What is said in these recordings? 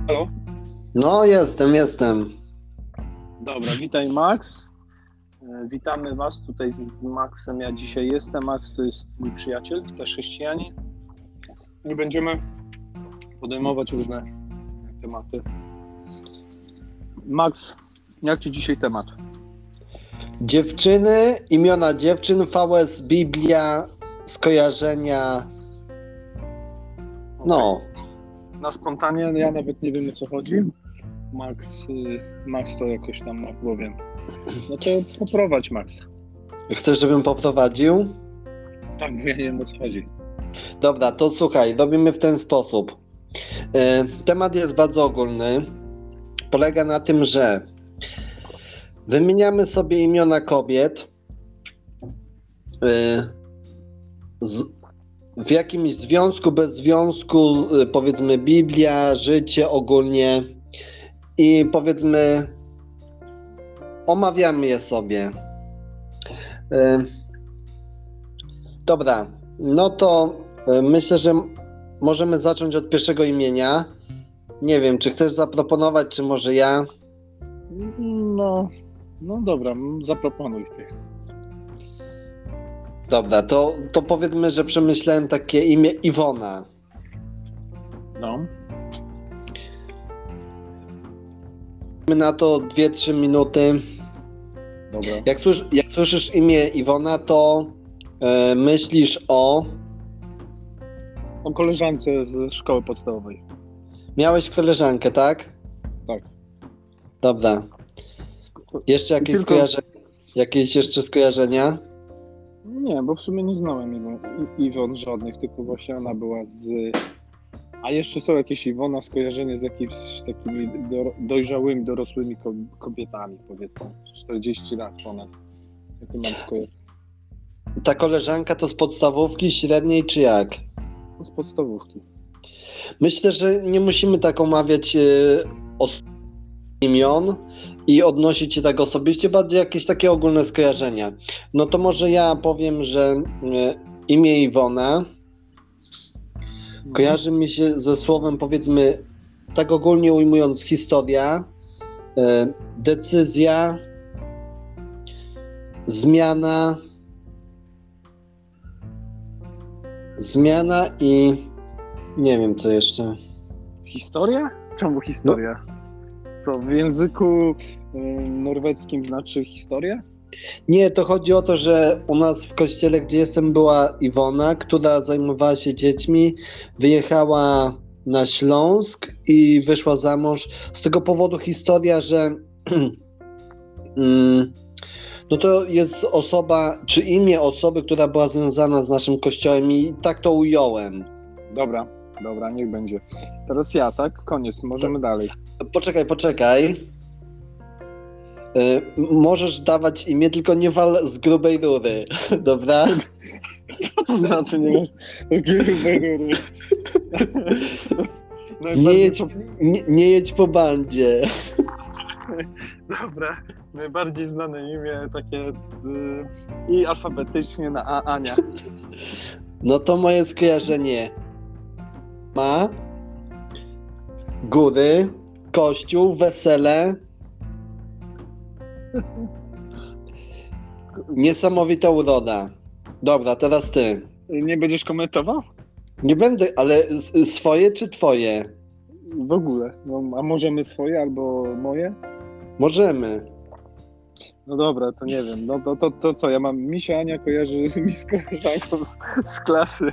Halo? No, jestem. Dobra, witaj Max. Witamy Was tutaj z Maxem. Ja dzisiaj jestem. Max to jest mój przyjaciel, też chrześcijanin. I będziemy podejmować różne tematy. Max, jak Ci dzisiaj temat? Dziewczyny, imiona dziewczyn, VS, Biblia, skojarzenia. No, Na spontanie ja nawet nie wiem, o co chodzi. Max to jakoś tam ma w głowie. No to poprowadź, Max. chcesz, żebym poprowadził? Tak, bo ja nie wiem, o co chodzi. Dobra, to słuchaj, robimy w ten sposób. Temat jest bardzo ogólny. Polega na tym, że wymieniamy sobie imiona kobiet w jakimś związku, bez związku, powiedzmy Biblia, życie ogólnie i powiedzmy omawiamy je sobie. Dobra, no to myślę, że możemy zacząć od pierwszego imienia. Nie wiem, czy chcesz zaproponować, czy może ja? No dobra, zaproponuj Ty. Dobra, to powiedzmy, że przemyślałem takie imię Iwona. No. Mamy na to 2-3 minuty. Dobra. Jak słyszysz imię Iwona, to myślisz o... O koleżance z szkoły podstawowej. Miałeś koleżankę, tak? Tak. Dobra. Jeszcze jakieś jeszcze skojarzenia? Nie, bo w sumie nie znałem Iwon żadnych, tylko właśnie ona była z... A jeszcze są jakieś Iwona skojarzenie z jakimiś takimi dojrzałymi, dorosłymi kobietami, powiedzmy. 40 lat ponad. Jakie mam skojarzenie? Ta koleżanka to z podstawówki, średniej czy jak? Z podstawówki. Myślę, że nie musimy tak omawiać imion i odnosić się tak osobiście, bardziej jakieś takie ogólne skojarzenia. No to może ja powiem, że imię Iwona kojarzy mi się ze słowem, powiedzmy, tak ogólnie ujmując, historia, decyzja, zmiana i nie wiem co jeszcze. Historia? Czemu historia? Co, w języku norweskim znaczy historia? Nie, to chodzi o to, że u nas w kościele, gdzie jestem, była Iwona, która zajmowała się dziećmi, wyjechała na Śląsk i wyszła za mąż. Z tego powodu historia, że no to jest osoba, czy imię osoby, która była związana z naszym kościołem i tak to ująłem. Dobra, niech będzie. Teraz ja, tak? Koniec, możemy dalej. Poczekaj. Możesz dawać imię, tylko nie wal z grubej rury, dobra? Co to znaczy nie masz grubej rury? Nie jedź po bandzie. Dobra, najbardziej znane imię takie i alfabetycznie na Ania. No to moje skojarzenie. Ma góry, kościół, wesele. Niesamowita uroda. Dobra, teraz ty. Nie będziesz komentował? Nie będę, ale swoje czy twoje? W ogóle. No, a możemy swoje albo moje? Możemy. No dobra, to nie wiem. No to co, ja mam Misia, Ania kojarzy mi z koleżanką z klasy.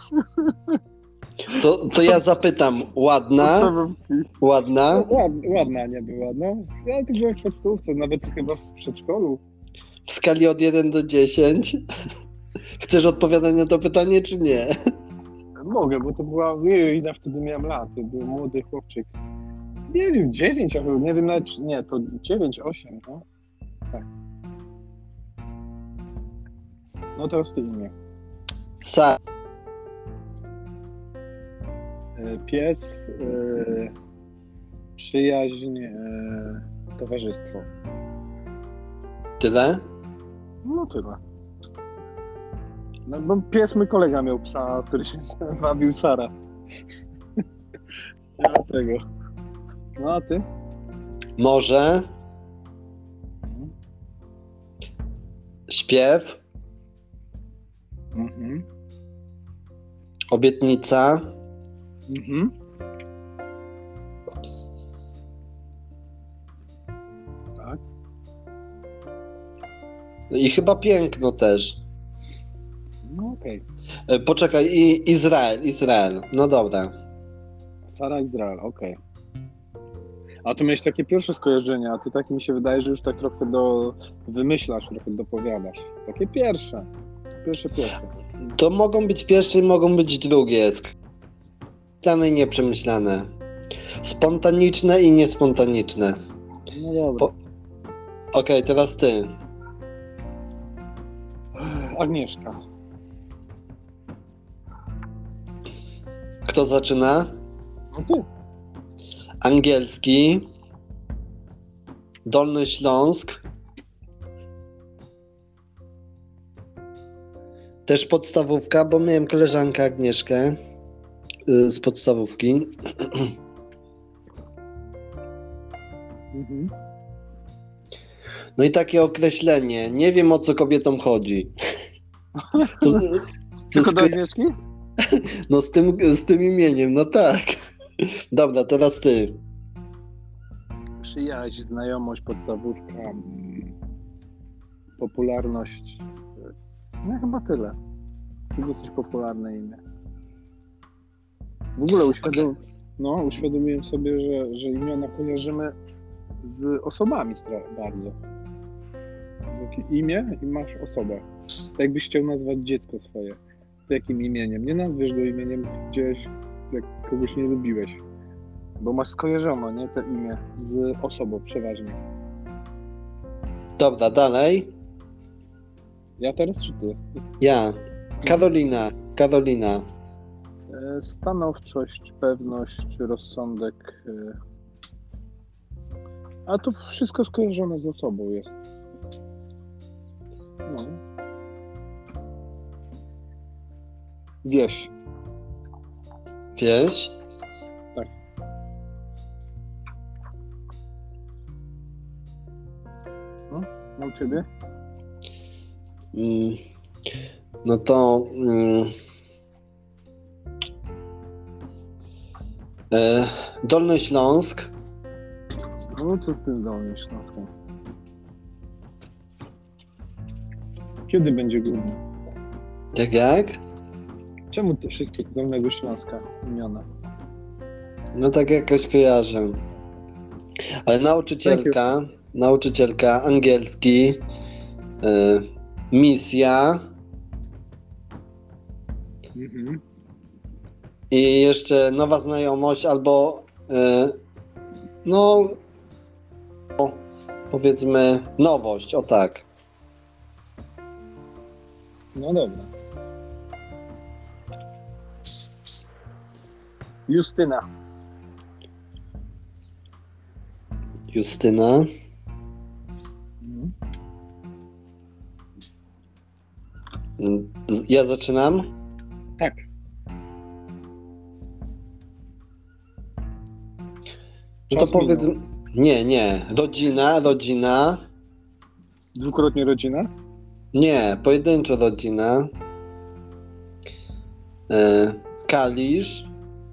To ja zapytam, ładna? Ładna? No, ładna nie była, no. Ja to byłem w podstawówce, nawet chyba w przedszkolu. W skali od 1 do 10? Chcesz odpowiadać na to pytanie, czy nie? Mogę, bo to była... Ile wtedy miałem lat? To był młody chłopczyk. Nie wiem, 9, albo nie wiem nawet... Nie, to 9, 8, no. Tak. No teraz ty imię. Pies, przyjaźń, towarzystwo. Tyle? No tyle. No bo pies mój kolega miał psa, który się wabił Sara. Dlatego. No a ty? Morze, śpiew, Mhm. obietnica, Mhm. Tak. i chyba piękno też. No okej. Poczekaj, i Izrael. No dobra. Sara Izrael, okej. A tu miałeś takie pierwsze skojarzenia, a ty tak mi się wydaje, że już tak trochę wymyślasz, trochę dopowiadasz. Takie pierwsze. Pierwsze. To mogą być pierwsze i mogą być drugie. Przemyślane i nieprzemyślane. Spontaniczne i niespontaniczne. No dobra. Okej, teraz ty. Agnieszka. Kto zaczyna? No ty. Angielski. Dolny Śląsk. Też podstawówka, bo miałem koleżankę Agnieszkę z podstawówki. Mhm. No i takie określenie. Nie wiem, o co kobietom chodzi. To, to Tylko do Agnieszki? No z tym imieniem, no tak. Dobra, teraz ty. Przyjaźń, znajomość, podstawówka, popularność. No chyba tyle. To dosyć popularne imię. W ogóle uświadomiłem sobie, że imiona kojarzymy z osobami bardzo. Takie imię i masz osobę. Tak jakbyś chciał nazwać dziecko swoje. To jakim imieniem? Nie nazwiesz go imieniem gdzieś, jak kogoś nie lubiłeś. Bo masz skojarzono, nie? To imię z osobą przeważnie. Dobra, dalej. Ja teraz czy ty? Ja. Karolina. Stanowczość, pewność, rozsądek. A to wszystko skojarzone z osobą jest. No. Wieś. Wieś. Tak. No u ciebie? No to Dolny Śląsk. No co z tym Dolnym Śląskiem? Kiedy będzie górny? Jak? Czemu te wszystkie Dolnego Śląska imiona? No tak jakoś kojarzę. Ale nauczycielka, angielski, misja Mhm. i jeszcze nowa znajomość albo powiedzmy nowość, o tak. No dobra. Justyna. Justyna. Ja zaczynam? Tak. No Czas to powiedz... minął. Nie. Rodzina. Dwukrotnie rodzina? Nie, pojedynczo rodzina. Kalisz.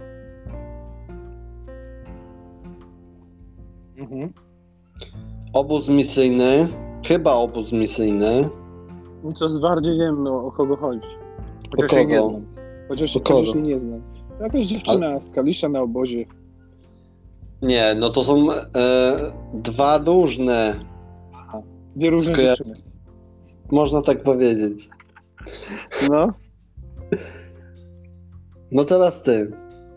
Mhm. Obóz misyjny. Chyba obóz misyjny. No coraz bardziej wiem, o kogo chodzi. O Chociaż jej nie kogo? znam. Chociaż O kogo? jej nie znam. Jakaś dziewczyna z Kalisza na obozie. Nie, no to są dwa różne. Dwie różne Skoja- dziewczyny. Można tak powiedzieć. No. No teraz ty.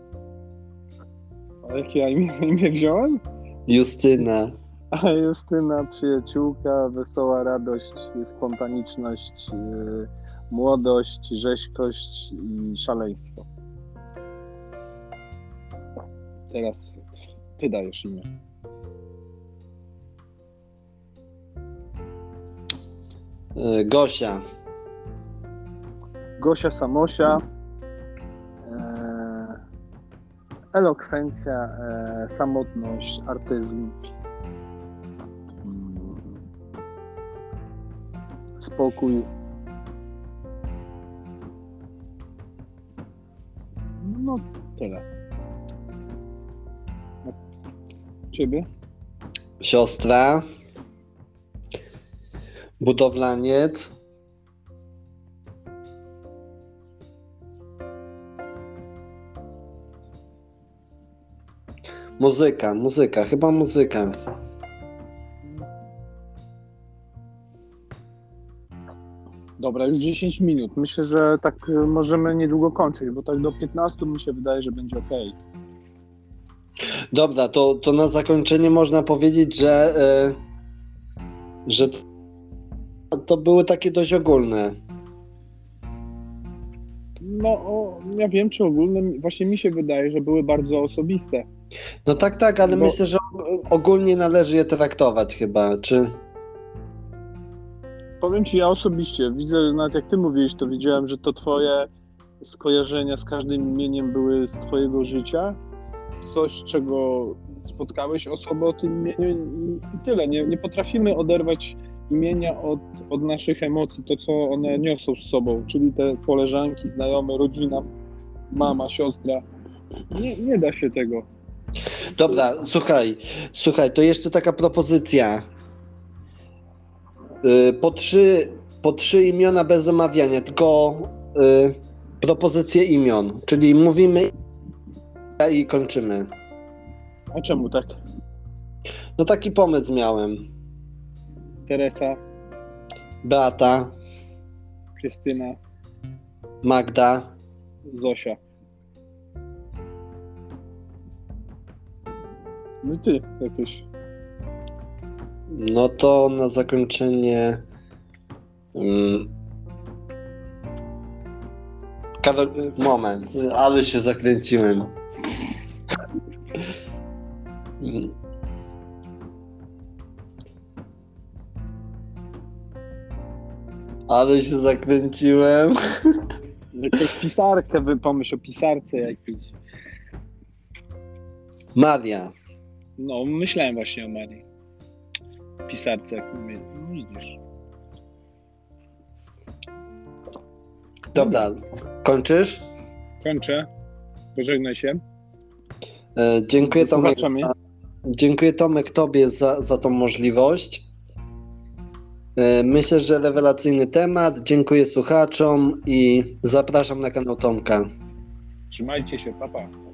A jakie ja imię wziąłem? Justyna. A Justyna, przyjaciółka, wesoła radość, spontaniczność, młodość, rzeźkość i szaleństwo. Teraz ty dajesz imię. Gosia. Gosia Samosia, Elokwencja, samotność, artyzm, spokój. No, tyle. A ciebie? Siostra, budowlaniec, muzyka, chyba muzyka. Dobra, już 10 minut. Myślę, że tak możemy niedługo kończyć, bo tak do 15 mi się wydaje, że będzie ok. Dobra, to na zakończenie można powiedzieć, że to były takie dość ogólne. No, ja wiem, czy ogólne, właśnie mi się wydaje, że były bardzo osobiste. No tak, ale Bo- myślę, że ogólnie należy je traktować chyba, czy... Powiem ci, ja osobiście widzę, nawet jak ty mówiłeś, to widziałem, że to twoje skojarzenia z każdym imieniem były z twojego życia. Coś, czego spotkałeś osobę o tym imieniu i tyle. Nie potrafimy oderwać imienia od naszych emocji, to co one niosą z sobą, czyli te koleżanki, znajome, rodzina, mama, siostra. Nie da się tego. Dobra, słuchaj, to jeszcze taka propozycja. Po trzy imiona bez omawiania, tylko propozycje imion, czyli mówimy i kończymy. A czemu tak? No taki pomysł miałem. Teresa, Beata, Krystyna, Magda, Zosia. No i ty jakieś. no to na zakończenie moment, ale się zakręciłem. Ale się zakręciłem. Jakąś pisarkę, pomyśl o pisarce jakiejś. Maria. No, myślałem właśnie o Marii. Pisarce, jak mówię. No widzisz. Dobra, kończysz? Kończę. Pożegnaj się. Dziękuję Tomek, Słuchaczami. dziękuję Tomek tobie za tą możliwość. Myślę, że rewelacyjny temat. Dziękuję słuchaczom i zapraszam na kanał Tomka. Trzymajcie się, pa pa.